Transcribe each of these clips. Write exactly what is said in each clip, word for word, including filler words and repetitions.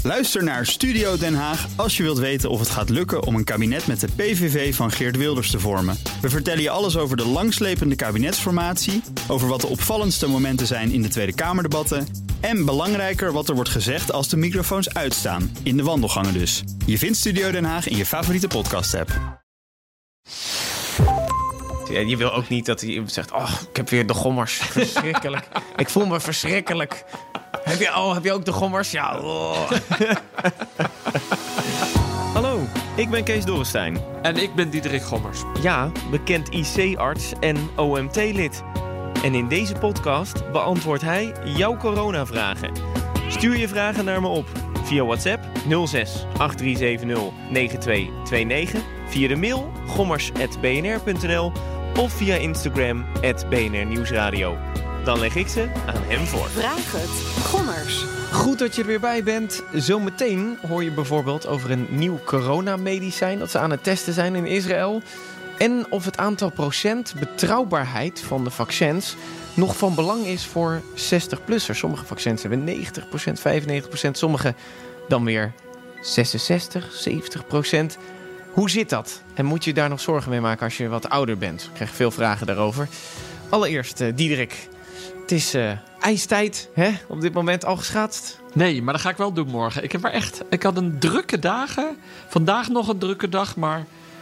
Luister naar Studio Den Haag als je wilt weten of het gaat lukken om een kabinet met de P V V van Geert Wilders te vormen. We vertellen je alles over de langslepende kabinetsformatie, over wat de opvallendste momenten zijn in de Tweede Kamerdebatten en belangrijker wat er wordt gezegd als de microfoons uitstaan, in de wandelgangen dus. Je vindt Studio Den Haag in je favoriete podcast-app. Ja, je wil ook niet dat iemand zegt, oh, ik heb weer de gommers. Verschrikkelijk. Ik voel me verschrikkelijk. Heb je, oh, heb je ook de gommers? Ja. Oh. Hallo, ik ben Kees Dorrestein. En ik ben Diederik Gommers. Ja, bekend I C-arts en O M T-lid. En in deze podcast beantwoordt hij jouw coronavragen. Stuur je vragen naar me op via WhatsApp nul zes acht drie zeven nul negen twee twee negen, via de mail gommers at b n r punt n l of via Instagram at b n r nieuwsradio. Dan leg ik ze aan hem voor. Vraag het, Gommers. Goed dat je er weer bij bent. Zometeen hoor je bijvoorbeeld over een nieuw coronamedicijn dat ze aan het testen zijn in Israël. En of het aantal procent betrouwbaarheid van de vaccins nog van belang is voor zestig-plussers. Sommige vaccins hebben negentig procent, vijfennegentig procent. Sommige dan weer zesenzestig, zeventig procent. Hoe zit dat? En moet je daar nog zorgen mee maken als je wat ouder bent? Ik krijg veel vragen daarover. Allereerst, uh, Diederik. Het is uh, ijstijd, hè? Op dit moment al geschaatst. Nee, maar dat ga ik wel doen morgen. Ik heb er echt... Ik had een drukke dagen. Vandaag nog een drukke dag, maar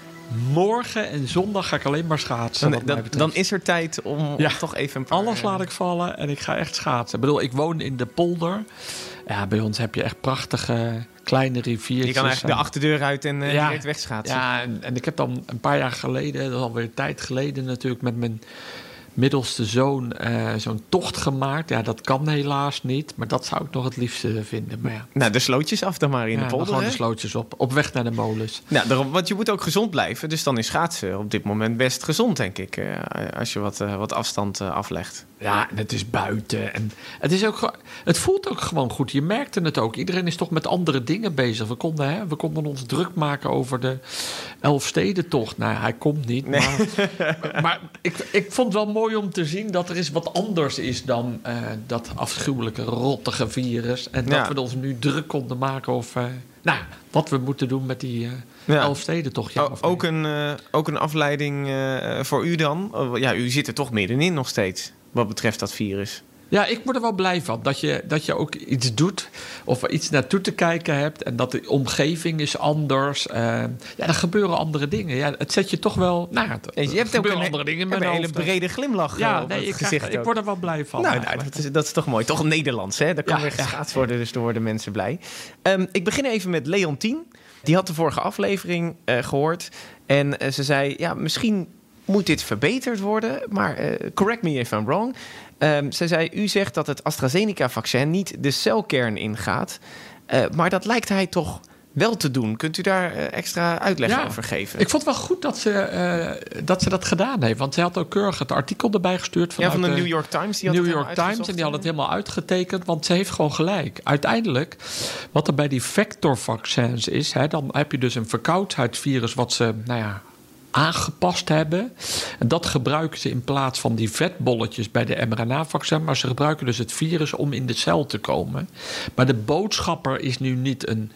morgen en zondag ga ik alleen maar schaatsen. Dan, dan, dan is er tijd om, ja, om toch even een paar... Alles laat ik vallen en ik ga echt schaatsen. Ik bedoel, ik woon in de polder. Ja, bij ons heb je echt prachtige kleine riviertjes. Je kan eigenlijk de achterdeur uit en uh, ja, direct wegschaatsen. Ja, en, en ik heb dan een paar jaar geleden, dat is alweer een tijd geleden natuurlijk, met mijn middelste zoon uh, zo'n tocht gemaakt. Ja, dat kan helaas niet, maar dat zou ik nog het liefste vinden. Maar ja. Nou, de slootjes af dan maar in ja, de polder. Gewoon hè? de slootjes op, op weg naar de molens. Nou, daarom, want je moet ook gezond blijven. Dus dan is schaatsen op dit moment best gezond, denk ik. Uh, als je wat, uh, wat afstand uh, aflegt. Ja, en het is buiten. En het, is ook, het voelt ook gewoon goed. Je merkte het ook. Iedereen is toch met andere dingen bezig. We konden, hè, we konden ons druk maken over de Elfstedentocht. Nou, hij komt niet. Nee. Maar, maar ik, ik vond het wel mooi om te zien dat er eens wat anders is dan uh, dat afschuwelijke, rottige virus. En dat ja. we ons nu druk konden maken of... Uh, nou, wat we moeten doen met die uh, ja. Elfstedentocht. Ja, o, ook, een, uh, ook een afleiding uh, voor u dan? Uh, ja, u zit er toch middenin nog steeds, wat betreft dat virus. Ja, ik word er wel blij van. Dat je, dat je ook iets doet of er iets naartoe te kijken hebt. En dat de omgeving is anders. Uh, ja, er gebeuren andere dingen. Ja, het zet je toch wel... Nou, het, je hebt ook een, andere dingen een hele brede glimlach ja, op nee, het ik, gezicht. krijg, ik word er wel blij van. Nou, nou dat, is, dat is toch mooi. Toch Nederlands, hè? Daar kan ja, weer geschaatst ja. worden, dus daar worden mensen blij. Um, ik begin even met Leontien. Die had de vorige aflevering uh, gehoord. En uh, ze zei, ja, misschien moet dit verbeterd worden. Maar uh, correct me if I'm wrong. Um, ze zei, u zegt dat het AstraZeneca-vaccin niet de celkern ingaat. Uh, maar dat lijkt hij toch wel te doen. Kunt u daar uh, extra uitleg ja, over geven? Ik vond het wel goed dat ze, uh, dat ze dat gedaan heeft. Want ze had ook keurig het artikel erbij gestuurd. Ja, van de New York Times. Die had New het York Times. En die had het helemaal uitgetekend. Want ze heeft gewoon gelijk. Uiteindelijk, wat er bij die vectorvaccins is... Hè, dan heb je dus een verkoudheidsvirus wat ze... Nou ja, aangepast hebben. En dat gebruiken ze in plaats van die vetbolletjes bij de mRNA-vaccin. Maar ze gebruiken dus het virus om in de cel te komen. Maar de boodschapper is nu niet een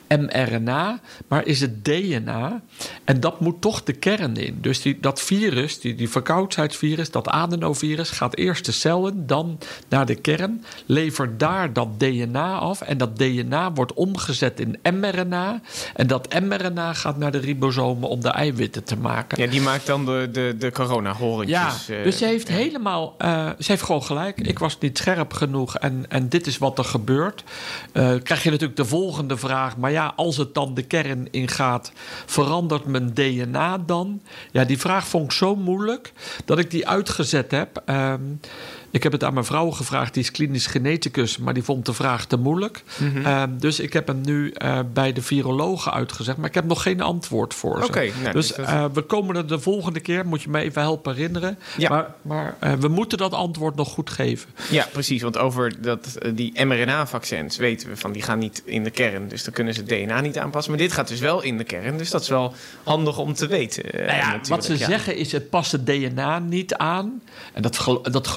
mRNA, maar is het D N A. En dat moet toch de kern in. Dus die, dat virus, die, die verkoudheidsvirus, dat adenovirus, gaat eerst de cellen, dan naar de kern, levert daar dat D N A af. En dat D N A wordt omgezet in mRNA. En dat mRNA gaat naar de ribosomen om de eiwitten te maken. Maken. Ja, die maakt dan de, de, de corona-horentjes. Ja, dus ze heeft helemaal... Uh, ze heeft gewoon gelijk. Ik was niet scherp genoeg en, en dit is wat er gebeurt. Uh, krijg je natuurlijk de volgende vraag. Maar ja, als het dan de kern ingaat, verandert mijn D N A dan? Ja, die vraag vond ik zo moeilijk dat ik die uitgezet heb. Um, Ik heb het aan mijn vrouw gevraagd, die is klinisch geneticus, maar die vond de vraag te moeilijk. Mm-hmm. Uh, dus ik heb hem nu uh, bij de virologen uitgezegd, maar ik heb nog geen antwoord voor ze. Okay, nou, dus uh, we komen er de volgende keer, moet je me even helpen herinneren. Ja. Maar, maar uh, we moeten dat antwoord nog goed geven. Ja, precies, want over dat, uh, die mRNA-vaccins weten we van, die gaan niet in de kern. Dus dan kunnen ze het D N A niet aanpassen. Maar dit gaat dus wel in de kern, dus dat is wel handig om te weten. Uh, nou ja, wat ze ja. zeggen is, het past het D N A niet aan. En dat, gel- dat geloof ik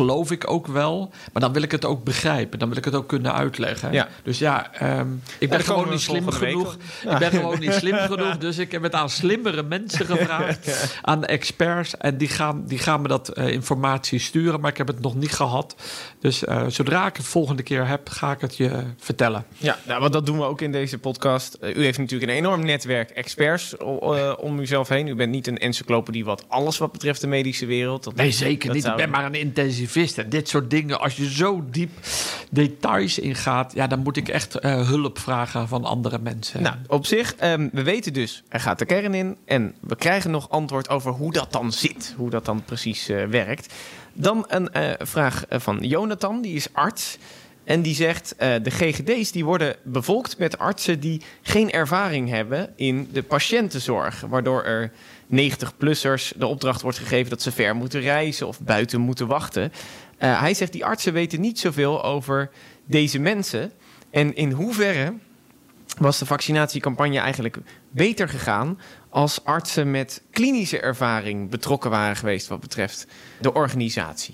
ook wel. Maar dan wil ik het ook begrijpen. Dan wil ik het ook kunnen uitleggen. Ja. Dus ja, um, ik ben ja, gewoon niet slim genoeg. Ja. Ik ben gewoon niet slim genoeg. Dus ik heb het aan slimmere mensen gevraagd. Ja. Aan experts. En die gaan, die gaan me dat uh, informatie sturen. Maar ik heb het nog niet gehad. Dus uh, zodra ik het volgende keer heb, ga ik het je uh, vertellen. Ja, nou, want dat doen we ook in deze podcast. Uh, u heeft natuurlijk een enorm netwerk experts uh, om uzelf heen. U bent niet een encyclopedie wat alles wat betreft de medische wereld. Dat, nee, zeker dat niet. zou... Ik ben maar een intensivist. En dit soort dingen, als je zo diep details ingaat, ja, dan moet ik echt uh, hulp vragen van andere mensen. Nou, op zich, um, we weten dus, er gaat de kern in. En we krijgen nog antwoord over hoe dat dan zit. Hoe dat dan precies uh, werkt. Dan een uh, vraag van Jonathan, die is arts. En die zegt, uh, de G G D's die worden bevolkt met artsen die geen ervaring hebben in de patiëntenzorg. Waardoor er negentig-plussers de opdracht wordt gegeven dat ze ver moeten reizen of buiten moeten wachten. Uh, hij zegt, die artsen weten niet zoveel over deze mensen. En in hoeverre was de vaccinatiecampagne eigenlijk beter gegaan als artsen met klinische ervaring betrokken waren geweest wat betreft de organisatie?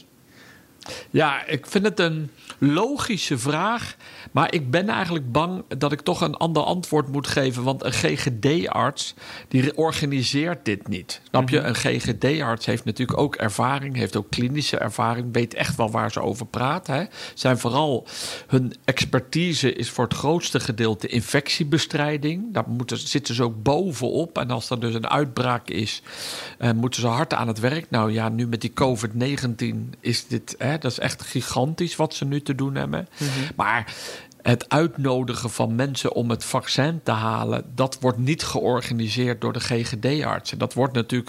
Ja, ik vind het een logische vraag. Maar ik ben eigenlijk bang dat ik toch een ander antwoord moet geven. Want een G G D-arts, die organiseert dit niet. Snap je? Een G G D-arts heeft natuurlijk ook ervaring. Heeft ook klinische ervaring. Weet echt wel waar ze over praten. Hè. Zijn vooral, hun expertise is voor het grootste gedeelte infectiebestrijding. Daar moeten, zitten ze ook bovenop. En als er dus een uitbraak is, uh, moeten ze hard aan het werk. Nou ja, nu met die covid negentien is dit... Hè, dat is echt gigantisch wat ze nu te doen hebben. Mm-hmm. Maar het uitnodigen van mensen om het vaccin te halen, dat wordt niet georganiseerd door de G G D-artsen. Dat wordt natuurlijk,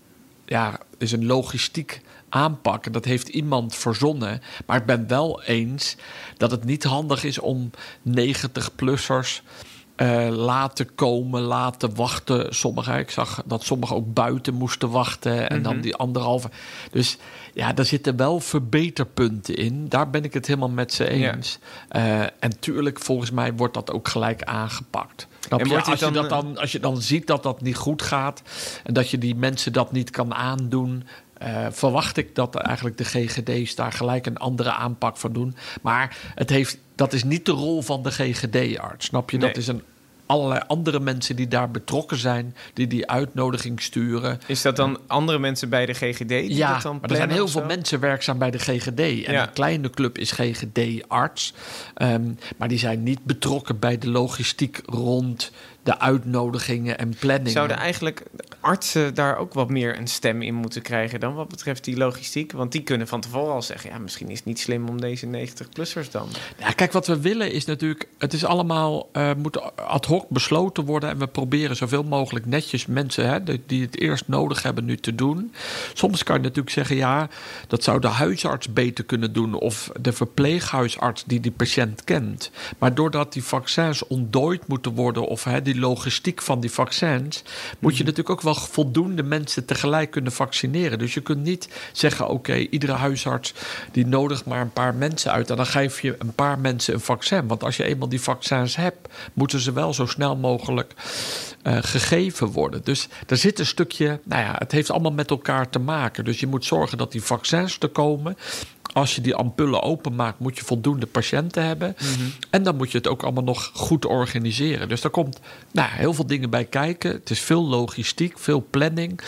ja, is een logistiek aanpak. Dat heeft iemand verzonnen. Maar ik ben wel eens dat het niet handig is om negentig-plussers Uh, laten komen, laten wachten. Sommigen, ik zag dat sommigen ook buiten moesten wachten. En mm-hmm. dan die anderhalve. Dus ja, daar zitten wel verbeterpunten in. Daar ben ik het helemaal met ze eens. Ja. Uh, en tuurlijk, volgens mij wordt dat ook gelijk aangepakt. En je, als, dan, je dat dan, als je dan ziet dat dat niet goed gaat en dat je die mensen dat niet kan aandoen, Uh, verwacht ik dat eigenlijk de G G D's daar gelijk een andere aanpak van doen. Maar het heeft, dat is niet de rol van de G G D-arts, snap je? Nee. Dat is een allerlei andere mensen die daar betrokken zijn, die die uitnodiging sturen. Is dat dan andere mensen bij de G G D? Die ja, dat dan maar er zijn heel veel mensen werkzaam bij de G G D. En ja. Een kleine club is G G D-arts. Um, maar die zijn niet betrokken bij de logistiek rond de uitnodigingen en planningen. Zouden eigenlijk artsen daar ook wat meer een stem in moeten krijgen dan wat betreft die logistiek? Want die kunnen van tevoren al zeggen, ja, misschien is het niet slim om deze negentig-plussers dan. Ja, kijk, wat we willen is natuurlijk, het is allemaal, uh, moet ad hoc besloten worden en we proberen zoveel mogelijk netjes mensen, hè, die het eerst nodig hebben nu te doen. Soms kan je natuurlijk zeggen, ja, dat zou de huisarts beter kunnen doen of de verpleeghuisarts die die patiënt kent. Maar doordat die vaccins ontdooid moeten worden of hè, die logistiek van die vaccins, moet je natuurlijk ook wel voldoende mensen tegelijk kunnen vaccineren. Dus je kunt niet zeggen, oké, okay, iedere huisarts die nodigt maar een paar mensen uit en dan geef je een paar mensen een vaccin. Want als je eenmaal die vaccins hebt, moeten ze wel zo snel mogelijk uh, gegeven worden. Dus er zit een stukje, nou ja, het heeft allemaal met elkaar te maken. Dus je moet zorgen dat die vaccins er komen. Als je die ampullen openmaakt, moet je voldoende patiënten hebben. Mm-hmm. En dan moet je het ook allemaal nog goed organiseren. Dus daar komt nou, heel veel dingen bij kijken. Het is veel logistiek, veel planning.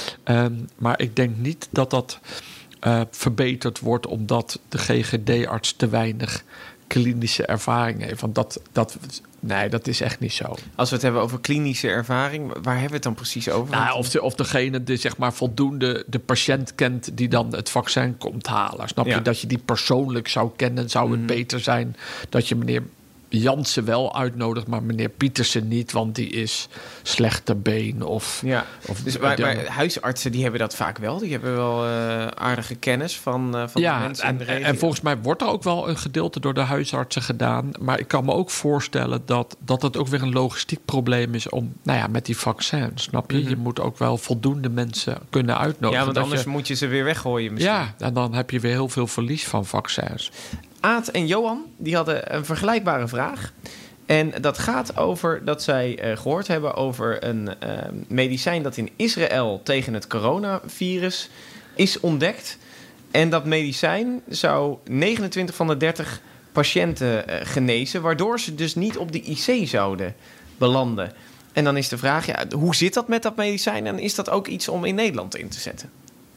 Um, maar ik denk niet dat dat uh, verbeterd wordt omdat de G G D-arts te weinig klinische ervaring heeft. Want dat, dat, nee, dat is echt niet zo. Als we het hebben over klinische ervaring, waar hebben we het dan precies over? Nou, of, de, of degene die zeg maar voldoende de patiënt kent die dan het vaccin komt halen. Snap je? Ja. Dat je die persoonlijk zou kennen, zou het mm. beter zijn dat je meneer Jansen wel uitnodigt, maar meneer Pietersen niet, want die is slechter been. Of, ja. of dus maar, maar huisartsen die hebben dat vaak wel. Die hebben wel uh, aardige kennis van, uh, van ja, de mensen en, in de regio. En volgens mij wordt er ook wel een gedeelte door de huisartsen gedaan. Maar ik kan me ook voorstellen dat, dat het ook weer een logistiek probleem is om, nou ja, met die vaccins, snap je? Mm-hmm. Je moet ook wel voldoende mensen kunnen uitnodigen. Ja, want anders je, moet je ze weer weggooien misschien. Ja, en dan heb je weer heel veel verlies van vaccins. Aad en Johan die hadden een vergelijkbare vraag. En dat gaat over dat zij uh, gehoord hebben over een uh, medicijn dat in Israël tegen het coronavirus is ontdekt. En dat medicijn zou negenentwintig van de dertig patiënten uh, genezen, waardoor ze dus niet op de I C zouden belanden. En dan is de vraag, ja, hoe zit dat met dat medicijn? En is dat ook iets om in Nederland in te zetten?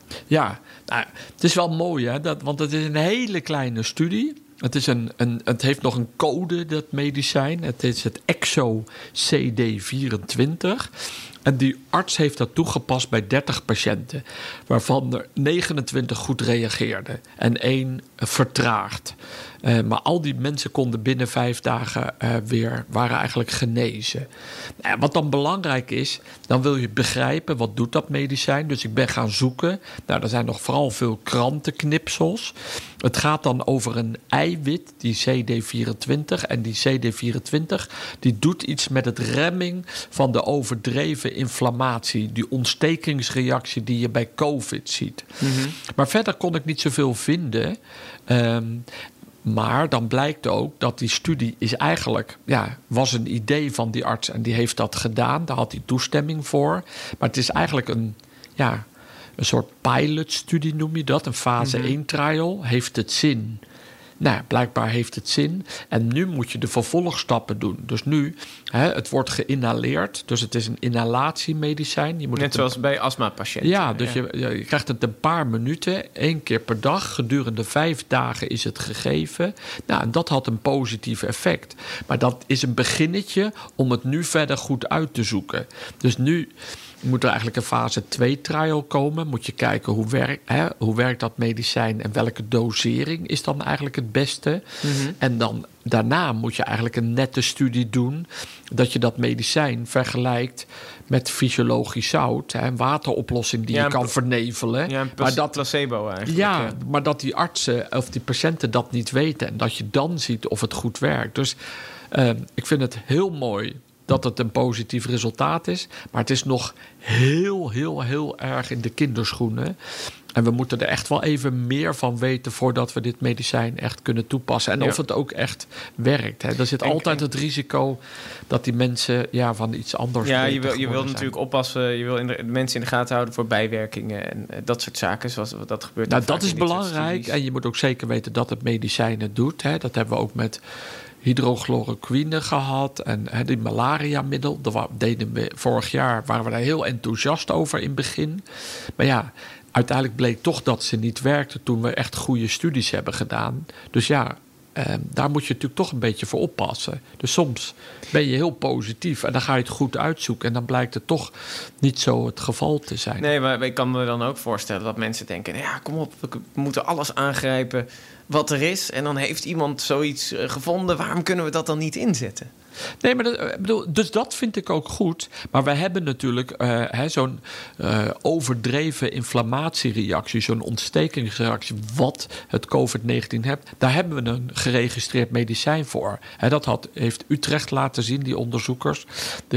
Ja, nou, het is wel mooi, hè, dat, want het is een hele kleine studie. Het, is een, een, het heeft nog een code, dat medicijn. Het is het Exo C D vierentwintig. En die arts heeft dat toegepast bij dertig patiënten, waarvan er negenentwintig goed reageerden en één vertraagd. Uh, maar al die mensen konden binnen vijf dagen uh, weer, waren eigenlijk genezen. Nou, wat dan belangrijk is, dan wil je begrijpen, wat doet dat medicijn? Dus ik ben gaan zoeken. Nou, er zijn nog vooral veel krantenknipsels. Het gaat dan over een eiwit, die C D vierentwintig. En die C D vierentwintig, die doet iets met het remming van de overdreven inflammatie. Die ontstekingsreactie die je bij COVID ziet. Mm-hmm. Maar verder kon ik niet zoveel vinden. Um, Maar dan blijkt ook dat die studie is eigenlijk, ja, was een idee van die arts en die heeft dat gedaan. Daar had hij toestemming voor. Maar het is eigenlijk een, ja, een soort pilotstudie, noem je dat. Een fase mm-hmm. één trial. Heeft het zin? Nou, blijkbaar heeft het zin. En nu moet je de vervolgstappen doen. Dus nu, hè, het wordt geïnhaleerd. Dus het is een inhalatiemedicijn. Je moet Net zoals een... bij astmapatiënten. Ja, dus ja. Je, je krijgt het een paar minuten, één keer per dag. Gedurende vijf dagen is het gegeven. Nou, en dat had een positief effect. Maar dat is een beginnetje om het nu verder goed uit te zoeken. Dus nu moet er eigenlijk een fase twee trial komen. Moet je kijken hoe, werk, hè, hoe werkt dat medicijn en welke dosering is dan eigenlijk het beste. Mm-hmm. En dan daarna moet je eigenlijk een nette studie doen dat je dat medicijn vergelijkt met fysiologisch zout, hè, een wateroplossing die ja, je kan pl- vernevelen. Ja, een pl- maar dat, placebo eigenlijk. Ja, ja, maar dat die artsen of die patiënten dat niet weten en dat je dan ziet of het goed werkt. Dus uh, ik vind het heel mooi dat het een positief resultaat is. Maar het is nog heel, heel, heel erg in de kinderschoenen. En we moeten er echt wel even meer van weten voordat we dit medicijn echt kunnen toepassen. En ja. of het ook echt werkt. Hè. Er zit en, altijd en, het risico dat die mensen ja, van iets anders Ja, je wil, je wil natuurlijk oppassen. Je wil in de, mensen in de gaten houden voor bijwerkingen en uh, dat soort zaken. Zoals dat gebeurt. Nou, dat is belangrijk. En je moet ook zeker weten dat het medicijn het doet. Hè. Dat hebben we ook met hydrochloroquine gehad en hè, die malaria-middel. Dat deden we vorig jaar, waren we daar heel enthousiast over in het begin. Maar ja, uiteindelijk bleek toch dat ze niet werkte toen we echt goede studies hebben gedaan. Dus ja, eh, daar moet je natuurlijk toch een beetje voor oppassen. Dus soms ben je heel positief en dan ga je het goed uitzoeken en dan blijkt het toch niet zo het geval te zijn. Nee, maar ik kan me dan ook voorstellen dat mensen denken, ja, kom op, we moeten alles aangrijpen wat er is. En dan heeft iemand zoiets gevonden. Waarom kunnen we dat dan niet inzetten? Nee, maar dat, bedoel, dus dat vind ik ook goed. Maar we hebben natuurlijk uh, he, zo'n uh, overdreven inflammatiereactie, zo'n ontstekingsreactie, wat het covid negentien heeft. Daar hebben we een geregistreerd medicijn voor. He, dat had, heeft Utrecht laten zien, die onderzoekers. De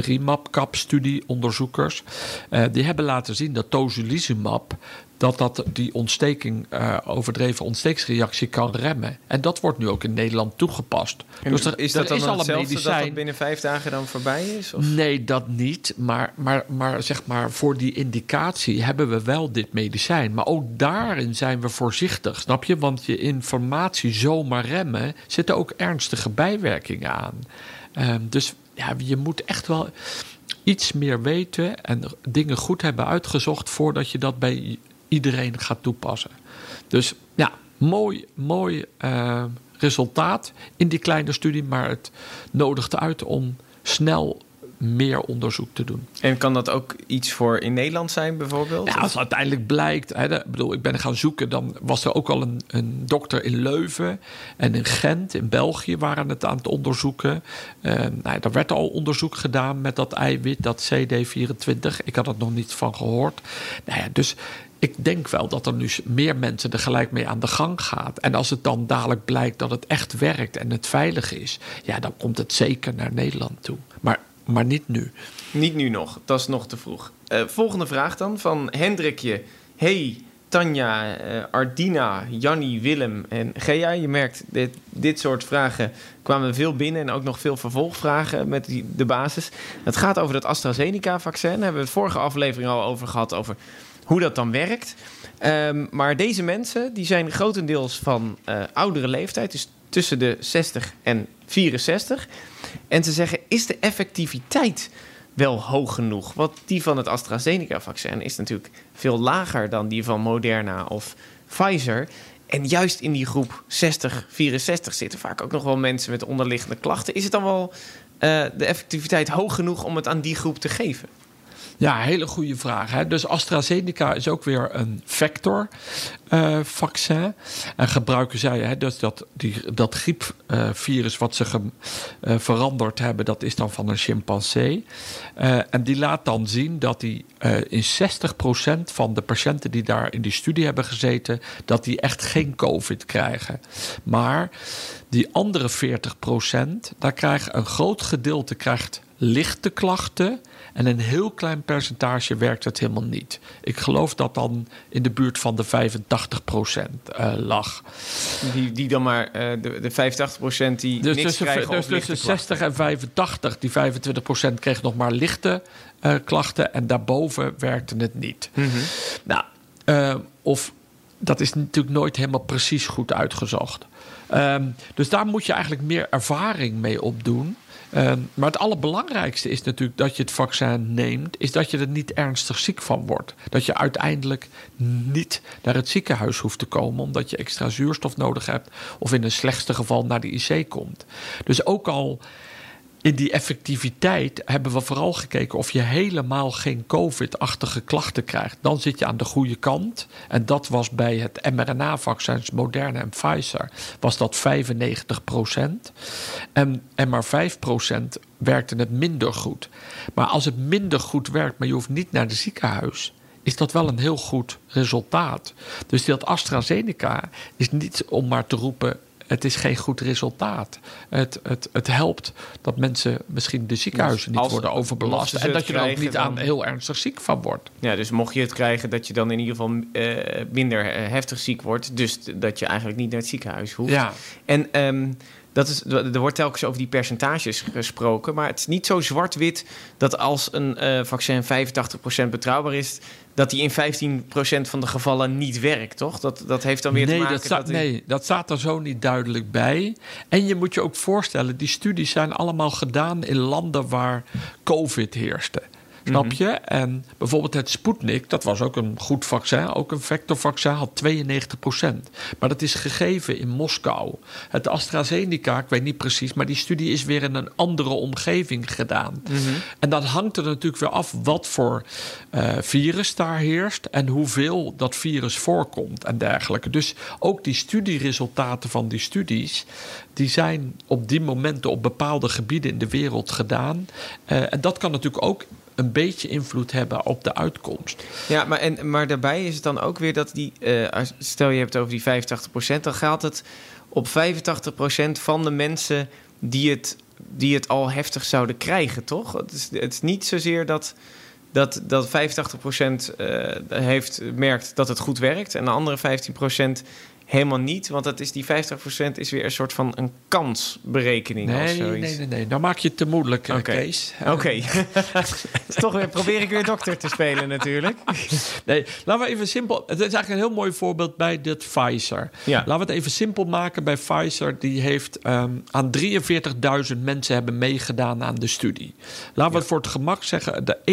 RIMAP-CAP-studie-onderzoekers. Uh, die hebben laten zien dat tocilizumab, dat dat die ontsteking, uh, overdreven ontstekingsreactie kan remmen. En dat wordt nu ook in Nederland toegepast. En dus er, is dat er dan is al een medicijn dat dat binnen vijf dagen dan voorbij is? Of? Nee, dat niet. Maar, maar, maar zeg maar voor die indicatie hebben we wel dit medicijn. Maar ook daarin zijn we voorzichtig, snap je? Want je informatie zomaar remmen, zitten ook ernstige bijwerkingen aan. Um, dus ja, je moet echt wel iets meer weten en dingen goed hebben uitgezocht voordat je dat bij iedereen gaat toepassen. Dus ja, mooi, mooi uh, resultaat in die kleine studie, maar het nodigt uit om snel meer onderzoek te doen. En kan dat ook iets voor in Nederland zijn bijvoorbeeld? Ja, als het uiteindelijk blijkt, hè, de, bedoel, ik ben gaan zoeken, dan was er ook al een, een dokter in Leuven en in Gent, in België, waren het aan het onderzoeken. Uh, nou, er werd al onderzoek gedaan met dat eiwit, dat C D vierentwintig. Ik had er nog niet van gehoord. Nou ja, dus ik denk wel dat er nu meer mensen er gelijk mee aan de gang gaat. En als het dan dadelijk blijkt dat het echt werkt en het veilig is, ja, dan komt het zeker naar Nederland toe. Maar, maar niet nu. Niet nu nog, dat is nog te vroeg. Uh, volgende vraag dan van Hendrikje. Hey, Tanja, uh, Ardina, Jannie, Willem en Gea. Je merkt, dit, dit soort vragen kwamen veel binnen en ook nog veel vervolgvragen met die, de basis. Het gaat over het AstraZeneca-vaccin. Daar hebben we het vorige aflevering al over gehad, over hoe dat dan werkt. Um, maar deze mensen die zijn grotendeels van uh, oudere leeftijd, dus tussen de zestig en vierenzestig. En ze zeggen, is de effectiviteit wel hoog genoeg? Want die van het AstraZeneca-vaccin is natuurlijk veel lager dan die van Moderna of Pfizer. En juist in die groep zestig, vierenzestig zitten vaak ook nog wel mensen met onderliggende klachten. Is het dan wel uh, de effectiviteit hoog genoeg om het aan die groep te geven? Ja, hele goede vraag. Hè? Dus AstraZeneca is ook weer een vector-vaccin. Uh, en gebruiken zij, hè, dus dat, die, dat griepvirus uh, wat ze ge, uh, veranderd hebben, dat is dan van een chimpansee. Uh, en die laat dan zien dat die uh, in zestig procent van de patiënten die daar in die studie hebben gezeten, dat die echt geen COVID krijgen. Maar die andere veertig procent, daar krijgt een groot gedeelte krijgt lichte klachten. En een heel klein percentage werkt het helemaal niet. Ik geloof dat dan in de buurt van de vijfentachtig procent uh, lag. Die, die dan maar uh, de, de vijfentachtig procent die dus niks tussen, krijgen Dus tussen zestig en vijfentachtig, die vijfentwintig procent kreeg nog maar lichte uh, klachten. En daarboven werkte het niet. Mm-hmm. Nou, uh, of dat is natuurlijk nooit helemaal precies goed uitgezocht. Um, dus daar moet je eigenlijk meer ervaring mee opdoen. Uh, maar het allerbelangrijkste is natuurlijk dat je het vaccin neemt, is dat je er niet ernstig ziek van wordt. Dat je uiteindelijk niet naar het ziekenhuis hoeft te komen omdat je extra zuurstof nodig hebt of in het slechtste geval naar de I C komt. Dus ook al in die effectiviteit hebben we vooral gekeken of je helemaal geen COVID-achtige klachten krijgt. Dan zit je aan de goede kant. En dat was bij het mRNA-vaccins Moderna en Pfizer was dat vijfennegentig procent. En, en maar vijf procent werkte het minder goed. Maar als het minder goed werkt, maar je hoeft niet naar het ziekenhuis, is dat wel een heel goed resultaat. Dus dat AstraZeneca is niet om maar te roepen, het is geen goed resultaat. Het, het, het helpt dat mensen misschien de ziekenhuizen niet als, worden overbelast. En dat je er ook niet dan aan heel ernstig ziek van wordt. Ja, dus mocht je het krijgen dat je dan in ieder geval uh, minder uh, heftig ziek wordt. Dus dat je eigenlijk niet naar het ziekenhuis hoeft. Ja. En um, dat is, er wordt telkens over die percentages gesproken. Maar het is niet zo zwart-wit dat als een uh, vaccin vijfentachtig procent betrouwbaar is, dat die in vijftien procent van de gevallen niet werkt, toch? Dat, dat heeft dan weer nee, te maken... Dat sta- dat die... Nee, dat staat er zo niet duidelijk bij. En je moet je ook voorstellen, die studies zijn allemaal gedaan in landen waar COVID heerste. Snap je? Mm-hmm. En bijvoorbeeld het Sputnik, dat was ook een goed vaccin, ook een vectorvaccin, had tweeënnegentig procent. Maar dat is gegeven in Moskou. Het AstraZeneca, ik weet niet precies, maar die studie is weer in een andere omgeving gedaan. Mm-hmm. En dan hangt er natuurlijk weer af wat voor uh, virus daar heerst en hoeveel dat virus voorkomt en dergelijke. Dus ook die studieresultaten van die studies, die zijn op die momenten op bepaalde gebieden in de wereld gedaan. Uh, en dat kan natuurlijk ook een beetje invloed hebben op de uitkomst. Ja, maar, en, maar daarbij is het dan ook weer dat die... Uh, stel je hebt het over die vijfentachtig procent, dan gaat het op vijfentachtig procent van de mensen die het, die het al heftig zouden krijgen, toch? Het is, het is niet zozeer dat, dat, dat vijfentachtig procent uh, heeft, merkt dat het goed werkt en de andere vijftien procent helemaal niet, want dat is die vijftig procent is weer een soort van een kansberekening. Nee, of zoiets. nee, nee, nee. Nou maak je het te moeilijk, okay. Kees. Oké. Okay. Toch weer probeer ik weer dokter te spelen natuurlijk. Nee, laten we even simpel. Het is eigenlijk een heel mooi voorbeeld bij dit Pfizer. Ja. Laten we het even simpel maken bij Pfizer. Die heeft um, aan drieënveertigduizend mensen hebben meegedaan aan de studie. Laten we ja. het voor het gemak zeggen, de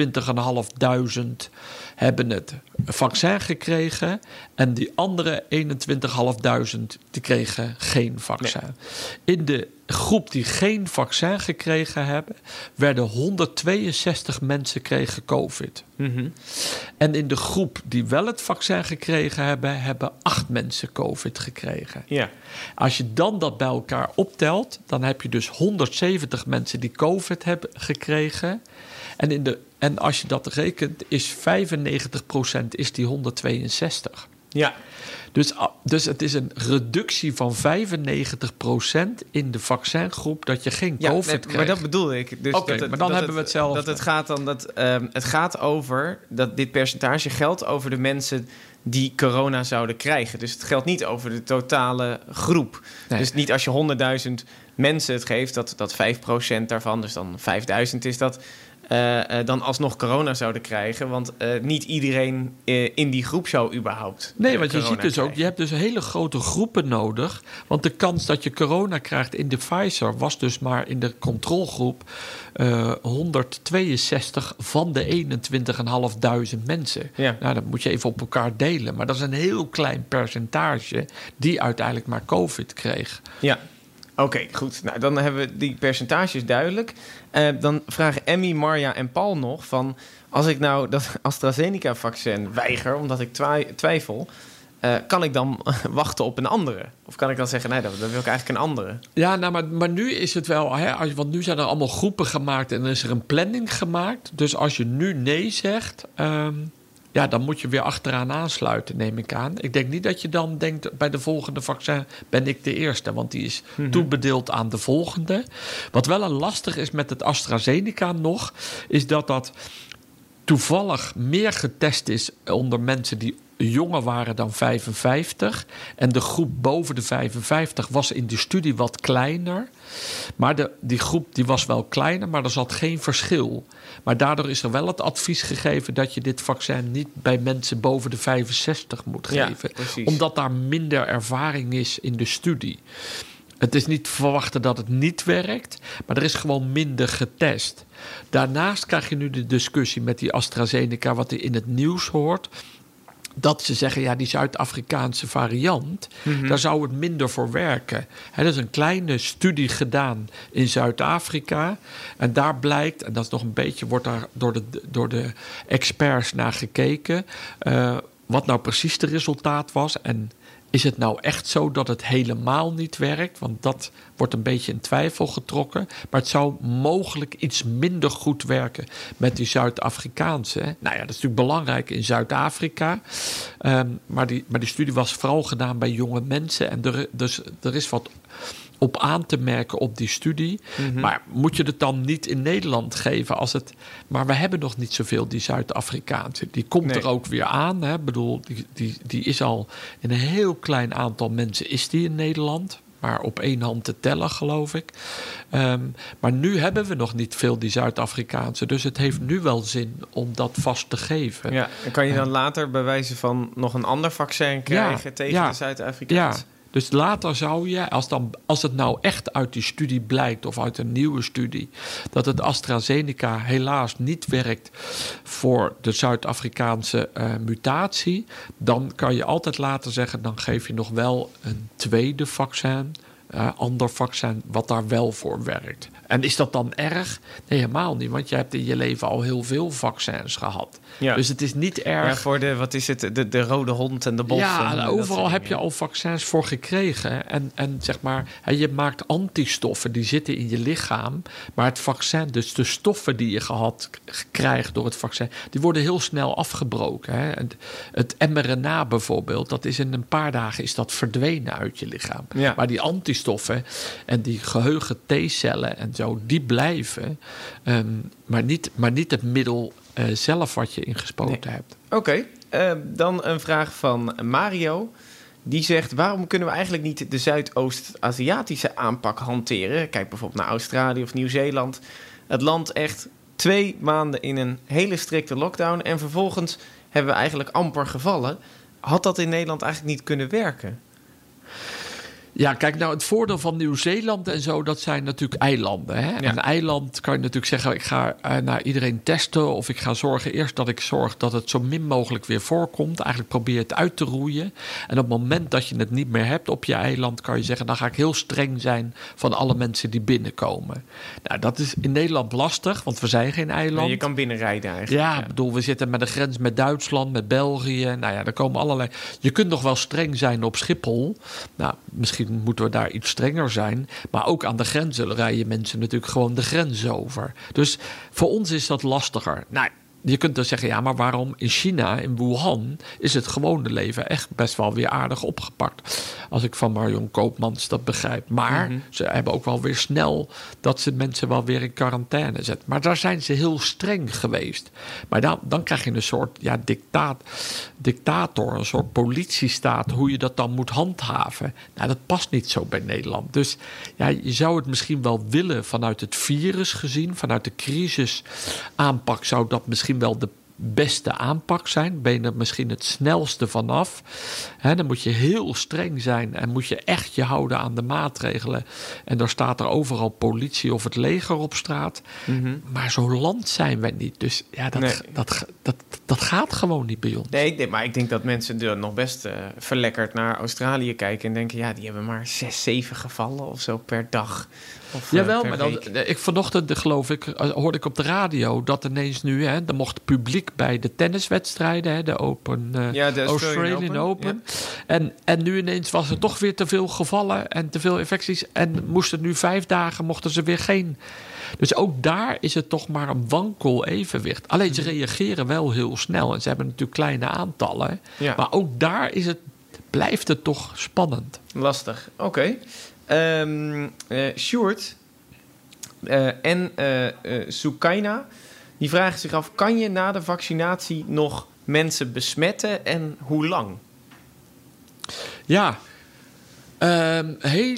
eenentwintigduizend vijfhonderd hebben het vaccin gekregen en die andere eenentwintigduizend die kregen geen vaccin. Nee. In de groep die geen vaccin gekregen hebben, werden honderdtweeënzestig mensen kregen COVID. Mm-hmm. En in de groep die wel het vaccin gekregen hebben, hebben acht mensen COVID gekregen. Ja. Als je dan dat bij elkaar optelt, dan heb je dus honderdzeventig mensen die COVID hebben gekregen. En, in de, en als je dat rekent, is vijfennegentig procent is die honderdtweeënzestig. Ja. Dus, dus het is een reductie van vijfennegentig procent in de vaccingroep dat je geen COVID ja, nee, krijgt. Maar dat bedoel ik. Dus Oké, okay, dat maar dan dat hebben het, we hetzelfde. Dat het gaat dan dat um, het gaat over dat dit percentage geldt over de mensen die corona zouden krijgen. Dus het geldt niet over de totale groep. Nee. Dus niet als je honderdduizend mensen het geeft, dat, dat vijf procent daarvan, dus dan vijfduizend is dat. uh, uh, dan alsnog corona zouden krijgen. Want uh, niet iedereen uh, in die groep zou überhaupt Nee, uh, want je ziet dus krijgen. ook, je hebt dus hele grote groepen nodig. Want de kans dat je corona krijgt in de Pfizer was dus maar in de controlegroep uh, honderdtweeënzestig van de eenentwintigduizend vijfhonderd mensen. Ja. Nou, dat moet je even op elkaar delen. Maar dat is een heel klein percentage die uiteindelijk maar COVID kreeg. Ja. Oké, okay, goed. Nou, dan hebben we die percentages duidelijk. Uh, dan vragen Emmy, Marja en Paul nog van... als ik nou dat AstraZeneca-vaccin weiger, omdat ik twi- twijfel... Uh, kan ik dan wachten op een andere? Of kan ik dan zeggen, nee, dan wil ik eigenlijk een andere? Ja, nou, maar, maar nu is het wel... Hè, als, want nu zijn er allemaal groepen gemaakt en er is er een planning gemaakt. Dus als je nu nee zegt... Um, ja, dan moet je weer achteraan aansluiten, neem ik aan. Ik denk niet dat je dan denkt, bij de volgende vaccin ben ik de eerste. Want die is mm-hmm. toebedeeld aan de volgende. Wat wel een lastig is met het AstraZeneca nog... is dat dat toevallig meer getest is onder mensen die jonger waren dan vijfenvijftig. En de groep boven de vijfenvijftig was in de studie wat kleiner. Maar de, die groep die was wel kleiner, maar er zat geen verschil. Maar daardoor is er wel het advies gegeven dat je dit vaccin niet bij mensen boven de vijfenzestig moet geven. Ja, omdat daar minder ervaring is in de studie. Het is niet te verwachten dat het niet werkt, maar er is gewoon minder getest. Daarnaast krijg je nu de discussie met die AstraZeneca, wat je in het nieuws hoort, dat ze zeggen, ja, die Zuid-Afrikaanse variant, mm-hmm. daar zou het minder voor werken. He, er is een kleine studie gedaan in Zuid-Afrika. En daar blijkt, en dat is nog een beetje, wordt daar door de, door de experts naar gekeken, uh, wat nou precies de resultaat was. En is het nou echt zo dat het helemaal niet werkt? Want dat wordt een beetje in twijfel getrokken. Maar het zou mogelijk iets minder goed werken met die Zuid-Afrikaanse. Nou ja, dat is natuurlijk belangrijk in Zuid-Afrika. Um, maar, die, maar die studie was vooral gedaan bij jonge mensen. En er, dus er is wat op aan te merken op die studie. Mm-hmm. Maar moet je het dan niet in Nederland geven als het... Maar we hebben nog niet zoveel, die Zuid-Afrikaanse. Die komt nee. er ook weer aan. Hè. Ik bedoel, die, die, die is al in een heel klein aantal mensen is die in Nederland. Maar op één hand te tellen, geloof ik. Um, maar nu hebben we nog niet veel die Zuid-Afrikaanse. Dus het heeft nu wel zin om dat vast te geven. Ja, en kan je dan later bij wijze van nog een ander vaccin krijgen ja, tegen ja, de Zuid-Afrikaanse? Ja. Dus later zou je, als, dan, als het nou echt uit die studie blijkt, of uit een nieuwe studie, dat het AstraZeneca helaas niet werkt voor de Zuid-Afrikaanse uh, mutatie, dan kan je altijd later zeggen, dan geef je nog wel een tweede vaccin, uh, ander vaccin, wat daar wel voor werkt. En is dat dan erg? Nee, helemaal niet, want je hebt in je leven al heel veel vaccins gehad. Ja. Dus het is niet erg. Ja, voor de, wat is het, de, de rode hond en de bos. Ja, en overal heb je al vaccins voor gekregen. En, en zeg maar, je maakt antistoffen die zitten in je lichaam. Maar het vaccin, dus de stoffen die je gehad krijgt door het vaccin, die worden heel snel afgebroken. Hè? En het mRNA bijvoorbeeld, dat is in een paar dagen is dat verdwenen uit je lichaam. Ja. Maar die antistoffen en die geheugen T-cellen en zo, die blijven. Um, maar, niet, maar niet het middel uh, zelf wat je ingespoten nee. hebt. Oké, okay. uh, dan een vraag van Mario. Die zegt, waarom kunnen we eigenlijk niet de Zuidoost-Aziatische aanpak hanteren? Kijk bijvoorbeeld naar Australië of Nieuw-Zeeland. Het land echt twee maanden in een hele strikte lockdown en vervolgens hebben we eigenlijk amper gevallen. Had dat in Nederland eigenlijk niet kunnen werken? Ja, kijk, nou, het voordeel van Nieuw-Zeeland en zo, dat zijn natuurlijk eilanden. Hè? Ja. Een eiland kan je natuurlijk zeggen, ik ga uh, naar iedereen testen, of ik ga zorgen eerst dat ik zorg dat het zo min mogelijk weer voorkomt. Eigenlijk probeer je het uit te roeien. En op het moment dat je het niet meer hebt op je eiland, kan je zeggen, dan ga ik heel streng zijn van alle mensen die binnenkomen. Nou, dat is in Nederland lastig, want we zijn geen eiland. Nee, je kan binnenrijden eigenlijk. Ja, ik ja. bedoel, we zitten met de grens met Duitsland, met België. Nou ja, er komen allerlei... Je kunt nog wel streng zijn op Schiphol. Nou, misschien moeten we daar iets strenger zijn. Maar ook aan de grenzen rijden mensen natuurlijk gewoon de grens over. Dus voor ons is dat lastiger. Nou, je kunt dan zeggen, ja, maar waarom in China, in Wuhan, is het gewone leven echt best wel weer aardig opgepakt. Als ik van Marion Koopmans dat begrijp. Maar mm-hmm. ze hebben ook wel weer snel dat ze mensen wel weer in quarantaine zetten. Maar daar zijn ze heel streng geweest. Maar dan, dan krijg je een soort ja, dictaat, dictator, een soort politiestaat, hoe je dat dan moet handhaven. Nou, dat past niet zo bij Nederland. Dus ja, je zou het misschien wel willen vanuit het virus gezien, vanuit de crisisaanpak zou dat misschien wel de beste aanpak zijn. Ben je er misschien het snelste vanaf. He, dan moet je heel streng zijn en moet je echt je houden aan de maatregelen. En daar staat er overal politie of het leger op straat. Mm-hmm. Maar zo'n land zijn wij niet. Dus ja, dat, nee. dat, dat, dat gaat gewoon niet bij ons. Nee, nee, maar ik denk dat mensen er nog best uh, verlekkerd naar Australië kijken en denken, ja, die hebben maar zes, zeven gevallen of zo per dag. Of, Jawel, uh, maar dan, ik vanochtend geloof ik, hoorde ik op de radio dat ineens nu, hè, er mocht publiek bij de tenniswedstrijden, hè, de Open, uh, ja, de Australian, Australian Open. Open. Ja. En, en nu ineens was er toch weer te veel gevallen en te veel infecties. En moesten nu vijf dagen, mochten ze weer geen. Dus ook daar is het toch maar een wankel evenwicht. Alleen ze reageren wel heel snel en ze hebben natuurlijk kleine aantallen. Ja. Maar ook daar is het, blijft het toch spannend. Lastig, oké. Okay. Um, uh, Sjoerd uh, en uh, uh, Sukaina, die vragen zich af, kan je na de vaccinatie nog mensen besmetten en hoe lang? Ja, um,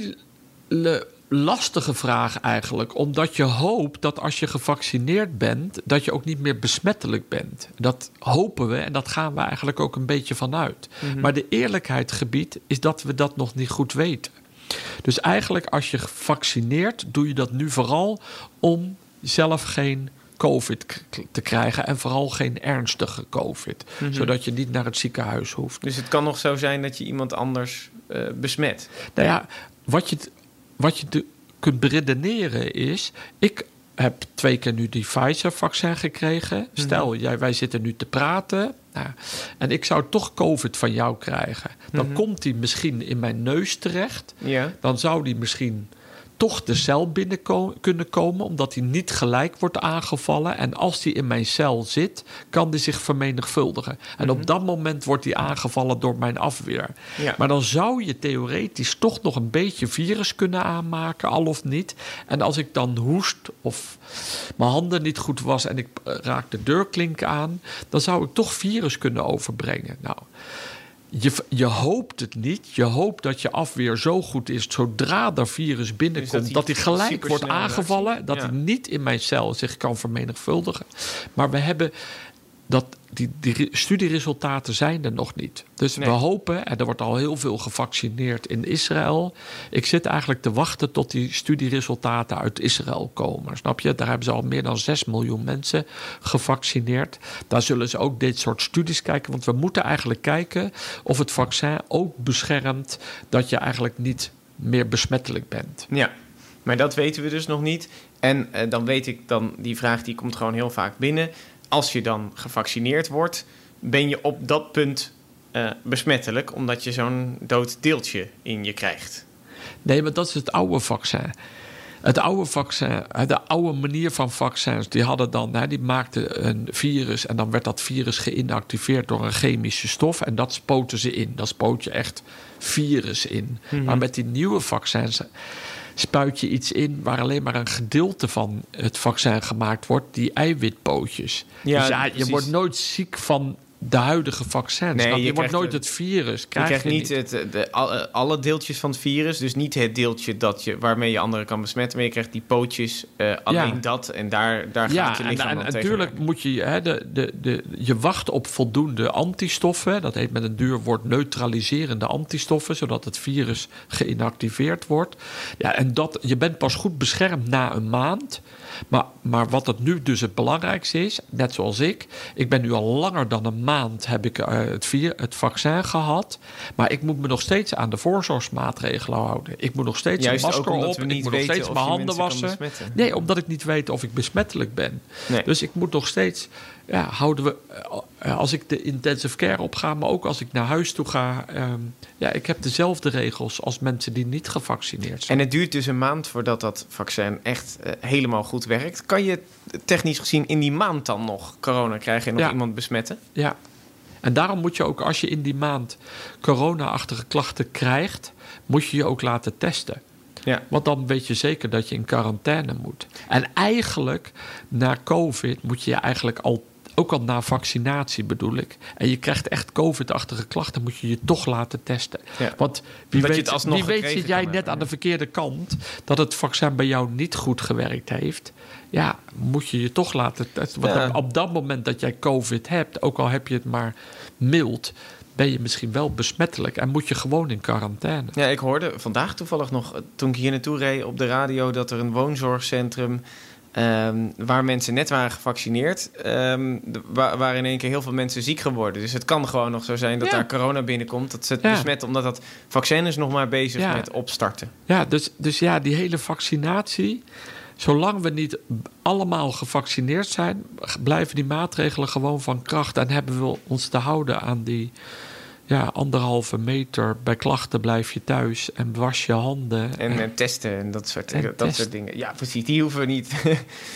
hele lastige vraag eigenlijk. Omdat je hoopt dat als je gevaccineerd bent, dat je ook niet meer besmettelijk bent. Dat hopen we en dat gaan we eigenlijk ook een beetje vanuit. Mm-hmm. Maar de eerlijkheid gebiedt is dat we dat nog niet goed weten. Dus eigenlijk als je vaccineert, doe je dat nu vooral om zelf geen COVID k- te krijgen. En vooral geen ernstige COVID. Mm-hmm. Zodat je niet naar het ziekenhuis hoeft. Dus het kan nog zo zijn dat je iemand anders uh, besmet? Nou ja, wat je, wat je te, kunt beredeneren is, ik heb twee keer nu die Pfizer-vaccin gekregen. Mm-hmm. Stel, jij, wij zitten nu te praten. Nou, en ik zou toch COVID van jou krijgen. Dan mm-hmm. komt die misschien in mijn neus terecht. Ja. Dan zou die misschien toch de cel binnen ko- kunnen komen, omdat die niet gelijk wordt aangevallen. En als die in mijn cel zit, kan die zich vermenigvuldigen. En mm-hmm. op dat moment wordt die aangevallen door mijn afweer. Ja. Maar dan zou je theoretisch toch nog een beetje virus kunnen aanmaken, al of niet. En als ik dan hoest of mijn handen niet goed was en ik raak de deurklink aan, dan zou ik toch virus kunnen overbrengen. Nou, Je, je hoopt het niet. Je hoopt dat je afweer zo goed is, zodra er virus binnenkomt, dus dat hij gelijk wordt aangevallen, reactie. Dat ja. hij niet in mijn cel zich kan vermenigvuldigen. Maar we hebben dat, die, die studieresultaten zijn er nog niet. Dus nee. we hopen, en er wordt al heel veel gevaccineerd in Israël. Ik zit eigenlijk te wachten tot die studieresultaten uit Israël komen. Snap je? Daar hebben ze al meer dan zes miljoen mensen gevaccineerd. Daar zullen ze ook dit soort studies kijken. Want we moeten eigenlijk kijken of het vaccin ook beschermt dat je eigenlijk niet meer besmettelijk bent. Ja, maar dat weten we dus nog niet. En uh, dan weet ik dan, die vraag die komt gewoon heel vaak binnen. Als je dan gevaccineerd wordt, ben je op dat punt uh, besmettelijk, omdat je zo'n dood deeltje in je krijgt. Nee, maar dat is het oude vaccin. Het oude vaccin, de oude manier van vaccins, die hadden dan, hè, die maakten een virus en dan werd dat virus geïnactiveerd door een chemische stof en dat spoten ze in. Dan spoot je echt virus in. Mm-hmm. Maar met die nieuwe vaccins spuit je iets in waar alleen maar een gedeelte van het vaccin gemaakt wordt, die eiwitpootjes. Ja, dus ja, je wordt nooit ziek van de huidige vaccins. Nee, je, je wordt nooit het virus. Krijg je krijgt je niet, niet. Het, de, alle deeltjes van het virus. Dus niet het deeltje dat je, waarmee je anderen kan besmetten. Maar je krijgt die pootjes, uh, alleen ja. dat. En daar, daar ja, gaat je lichaam en, dan en tegen. Natuurlijk moet je, hè, de, de, de, je wacht op voldoende antistoffen. Dat heet met een duur woord neutraliserende antistoffen. Zodat het virus geïnactiveerd wordt. Ja, en dat, je bent pas goed beschermd na een maand. Maar, maar wat het nu dus het belangrijkste is, net zoals ik. Ik ben nu al langer dan een maand heb ik uh, het, vir, het vaccin gehad. Maar ik moet me nog steeds aan de voorzorgsmaatregelen houden. Ik moet nog steeds Juist een masker ook op. Ik moet nog steeds mijn handen wassen. Nee, omdat ik niet weet of ik besmettelijk ben. Nee. Dus ik moet nog steeds ja, houden we, uh, als ik de intensive care opga, maar ook als ik naar huis toe ga. Um, ja, ik heb dezelfde regels als mensen die niet gevaccineerd zijn. En het duurt dus een maand voordat dat vaccin echt uh, helemaal goed werkt. Kan je technisch gezien in die maand dan nog corona krijgen en nog ja. iemand besmetten? Ja. En daarom moet je ook, als je in die maand corona-achtige klachten krijgt, moet je je ook laten testen. Ja. Want dan weet je zeker dat je in quarantaine moet. En eigenlijk, na COVID, moet je je eigenlijk al, ook al na vaccinatie bedoel ik, en je krijgt echt COVID-achtige klachten, moet je je toch laten testen. Ja. Want wie Dat je weet, het alsnog wie weet gekregen zit jij kan net hebben, aan de ja. verkeerde kant, dat het vaccin bij jou niet goed gewerkt heeft. Ja, moet je je toch laten testen. Want Ja. dan, op dat moment dat jij COVID hebt, ook al heb je het maar mild, ben je misschien wel besmettelijk en moet je gewoon in quarantaine. Ja, ik hoorde vandaag toevallig nog, toen ik hier naartoe reed op de radio, dat er een woonzorgcentrum Um, waar mensen net waren gevaccineerd, um, waar, waar in één keer heel veel mensen ziek geworden. Dus het kan gewoon nog zo zijn dat ja. daar corona binnenkomt, dat ze het ja. besmetten, omdat dat vaccin is nog maar bezig ja. met opstarten. Ja, dus, dus ja, die hele vaccinatie, zolang we niet allemaal gevaccineerd zijn, blijven die maatregelen gewoon van kracht en hebben we ons te houden aan die ja, anderhalve meter. Bij klachten blijf je thuis en was je handen. En, en testen en dat soort, en dat test. soort dingen. Ja, precies. Die hoeven we niet uh,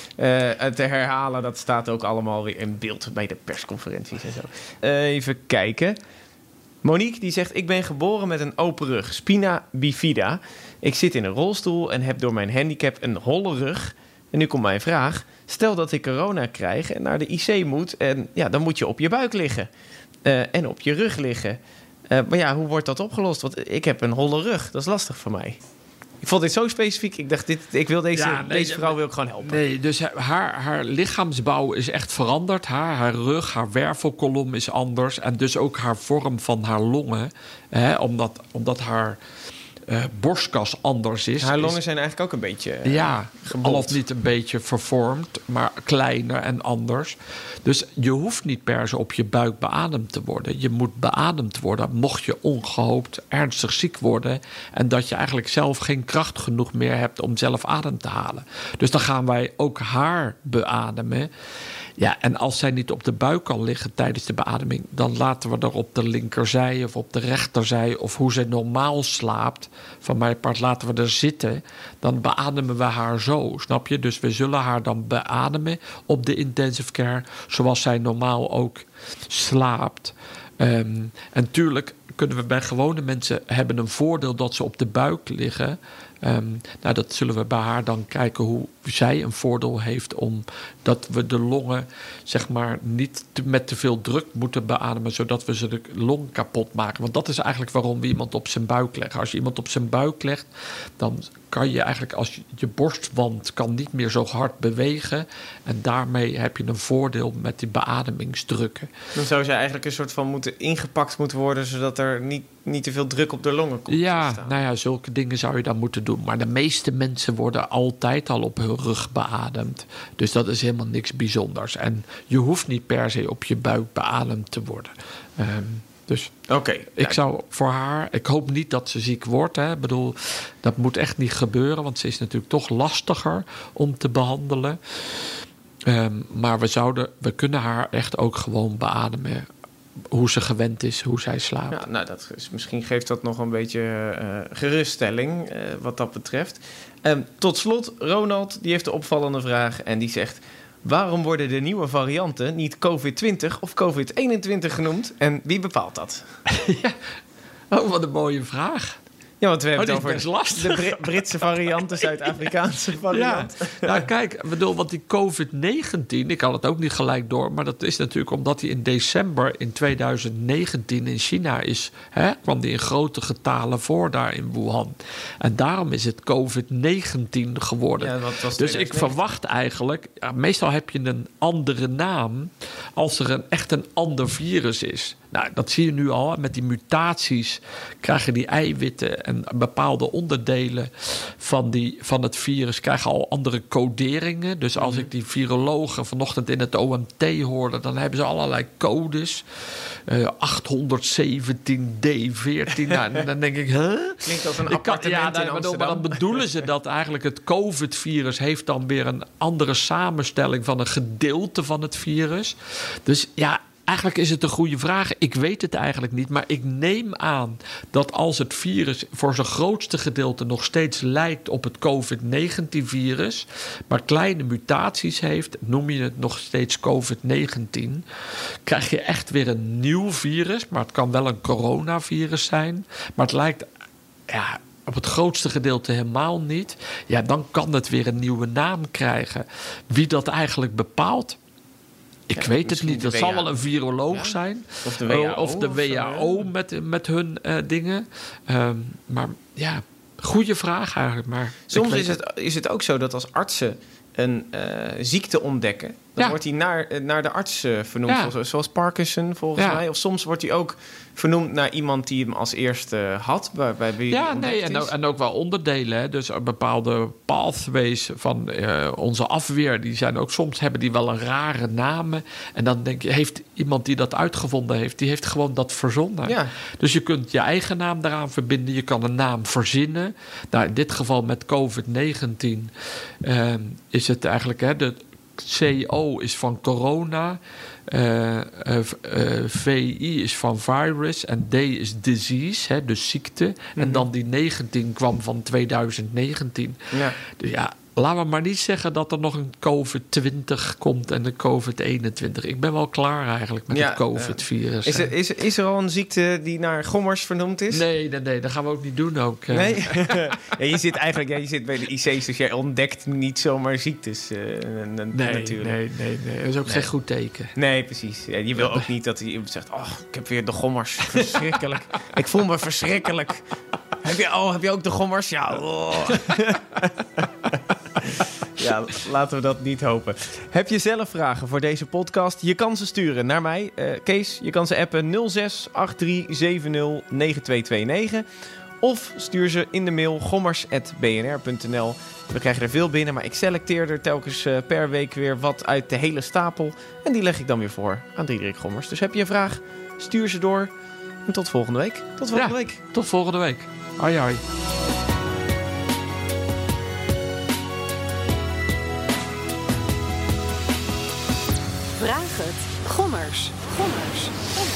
te herhalen. Dat staat ook allemaal weer in beeld bij de persconferenties en zo. Uh, even kijken. Monique die zegt, ik ben geboren met een open rug. Spina bifida. Ik zit in een rolstoel en heb door mijn handicap een holle rug. En nu komt mijn vraag. Stel dat ik corona krijg en naar de I C moet. En ja, dan moet je op je buik liggen. Uh, en op je rug liggen. Uh, maar ja, hoe wordt dat opgelost? Want ik heb een holle rug. Dat is lastig voor mij. Ik vond dit zo specifiek. Ik dacht, dit, ik wil deze, Ja, nee, deze vrouw wil ik gewoon helpen. Nee, dus haar, haar lichaamsbouw is echt veranderd. Haar, haar rug, haar wervelkolom is anders. En dus ook haar vorm van haar longen. Hè, omdat, omdat haar uh, borstkas anders is. Haar longen is, zijn eigenlijk ook een beetje uh, ja, gebold. al of niet een beetje vervormd, maar kleiner en anders. Dus je hoeft niet per se op je buik beademd te worden. Je moet beademd worden mocht je ongehoopt ernstig ziek worden en dat je eigenlijk zelf geen kracht genoeg meer hebt om zelf adem te halen. Dus dan gaan wij ook haar beademen. Ja, en als zij niet op de buik kan liggen tijdens de beademing, dan laten we er op de linkerzij of op de rechterzij of hoe ze normaal slaapt, van mijn part laten we er zitten, dan beademen we haar zo, snap je? Dus we zullen haar dan beademen op de intensive care, zoals zij normaal ook slaapt. Um, en tuurlijk kunnen we bij gewone mensen hebben een voordeel dat ze op de buik liggen. Um, nou, dat zullen we bij haar dan kijken hoe zij een voordeel heeft om dat we de longen zeg maar niet te, met te veel druk moeten beademen, zodat we ze de long kapot maken. Want dat is eigenlijk waarom we iemand op zijn buik leggen. Als je iemand op zijn buik legt, dan kan je eigenlijk als je, je borstwand kan niet meer zo hard bewegen en daarmee heb je een voordeel met die beademingsdrukken. Dan zou ze eigenlijk een soort van moeten ingepakt moeten worden, zodat er niet, niet te veel druk op de longen komt. Ja, nou ja, zulke dingen zou je dan moeten doen. Maar de meeste mensen worden altijd al op hun rug beademd. Dus dat is helemaal niks bijzonders. En je hoeft niet per se op je buik beademd te worden. Um, dus Oké. ik nou, zou voor haar... Ik hoop niet dat ze ziek wordt. Hè. Ik bedoel, dat moet echt niet gebeuren. Want ze is natuurlijk toch lastiger om te behandelen. Um, maar we, zouden, we kunnen haar echt ook gewoon beademen hoe ze gewend is, hoe zij slaapt. Ja, nou, dat is, misschien geeft dat nog een beetje uh, geruststelling uh, wat dat betreft. Um, tot slot, Ronald, die heeft de opvallende vraag en die zegt: waarom worden de nieuwe varianten niet covid twintig of covid eenentwintig genoemd en wie bepaalt dat? Ja. Oh, wat een mooie vraag. Ja, want we hebben oh, het over de Brit- Britse variant, de Zuid-Afrikaanse variant. Ja, nou kijk, ik bedoel, want die covid negentien, ik had het ook niet gelijk door, maar dat is natuurlijk omdat die in december in twintig negentien in China is, hè, kwam die in grote getalen voor daar in Wuhan. En daarom is het covid negentien geworden. Ja, wat was dus ik verwacht eigenlijk, ja, meestal heb je een andere naam als er een, echt een ander virus is. Nou, dat zie je nu al. Met die mutaties krijgen die eiwitten en bepaalde onderdelen van, die, van het virus krijgen al andere coderingen. Dus als ik die virologen vanochtend in het O M T hoorde, dan hebben ze allerlei codes. Uh, achthonderdzeventien D veertien. Nou, dan denk ik, huh? Klinkt als een Ik kan, appartement ja, in nou, Amsterdam. maar dan bedoelen ze dat eigenlijk het COVID-virus heeft dan weer een andere samenstelling van een gedeelte van het virus. Dus ja, eigenlijk is het een goede vraag. Ik weet het eigenlijk niet. Maar ik neem aan dat als het virus voor zijn grootste gedeelte nog steeds lijkt op het COVID negentien virus, maar kleine mutaties heeft, noem je het nog steeds COVID negentien, krijg je echt weer een nieuw virus. Maar het kan wel een coronavirus zijn. Maar het lijkt, ja, op het grootste gedeelte helemaal niet. Ja, dan kan het weer een nieuwe naam krijgen. Wie dat eigenlijk bepaalt, ik Ja, weet het niet. Dat de zal W H O. wel een viroloog Ja. zijn. Of de W H O. Of de W H O zo, met, met hun uh, dingen. Um, maar ja, goede vraag eigenlijk. Maar Soms ik weet is het, is het ook zo dat als artsen een uh, ziekte ontdekken, dan Ja. wordt die naar, uh, naar de arts uh, vernoemd. Ja. Zoals, zoals Parkinson volgens Ja. mij. Of soms wordt die ook vernoemd naar iemand die hem als eerste had. Bij, bij wie Ja, die ontdekt nee, en is. ook, en ook wel onderdelen. Hè. Dus bepaalde pathways van uh, onze afweer, die zijn ook soms hebben die wel een rare namen. En dan denk je, heeft iemand die dat uitgevonden heeft, die heeft gewoon dat verzonnen. Ja. Dus je kunt je eigen naam daaraan verbinden. Je kan een naam verzinnen. Nou, in dit geval met COVID negentien uh, is het eigenlijk, hè, de C O is van corona. Uh, uh, uh, V I is van virus en D is disease, hè, dus ziekte. Mm-hmm. En dan die negentien kwam van twintig negentien. Ja. Dus ja, laten we maar niet zeggen dat er nog een COVID twintig komt en een COVID eenentwintig. Ik ben wel klaar eigenlijk met Ja, het COVID-virus. Is er, is, er, is er al een ziekte die naar Gommers vernoemd is? Nee, nee, nee, dat gaan we ook niet doen ook. Uh. Nee? ja, je zit eigenlijk ja, je zit bij de I C's, dus jij ontdekt niet zomaar ziektes uh, n- n- Nee, natuurlijk. nee, nee, nee. Dat is ook Nee. geen goed teken. Nee, precies. Ja, je wil ook niet dat iemand zegt, oh, ik heb weer de Gommers. Verschrikkelijk. Ik voel me verschrikkelijk. Heb je, oh, heb je ook de Gommers? Ja. Oh. Ja, laten we dat niet hopen. Heb je zelf vragen voor deze podcast? Je kan ze sturen naar mij, uh, Kees. Je kan ze appen nul zes acht drie zeven nul negen twee twee negen. Of stuur ze in de mail gommers at b n r punt n l. We krijgen er veel binnen, maar ik selecteer er telkens uh, per week weer wat uit de hele stapel. En die leg ik dan weer voor aan Diederik Gommers. Dus heb je een vraag, stuur ze door. En tot volgende week. Tot volgende Ja. week. Tot volgende week. Hoi, hoi. Vraag het. Gommers. Gommers.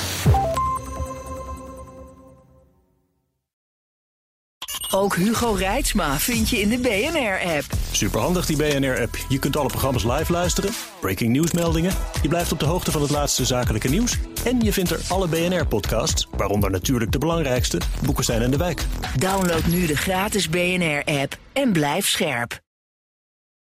Ook Hugo Reitsma vind je in de B N R-app. Superhandig die B N R-app. Je kunt alle programma's live luisteren, breaking nieuwsmeldingen. Je blijft op de hoogte van het laatste zakelijke nieuws. En je vindt er alle B N R-podcasts, waaronder natuurlijk de belangrijkste, Boekenstein en de Wijk. Download nu de gratis B N R-app en blijf scherp.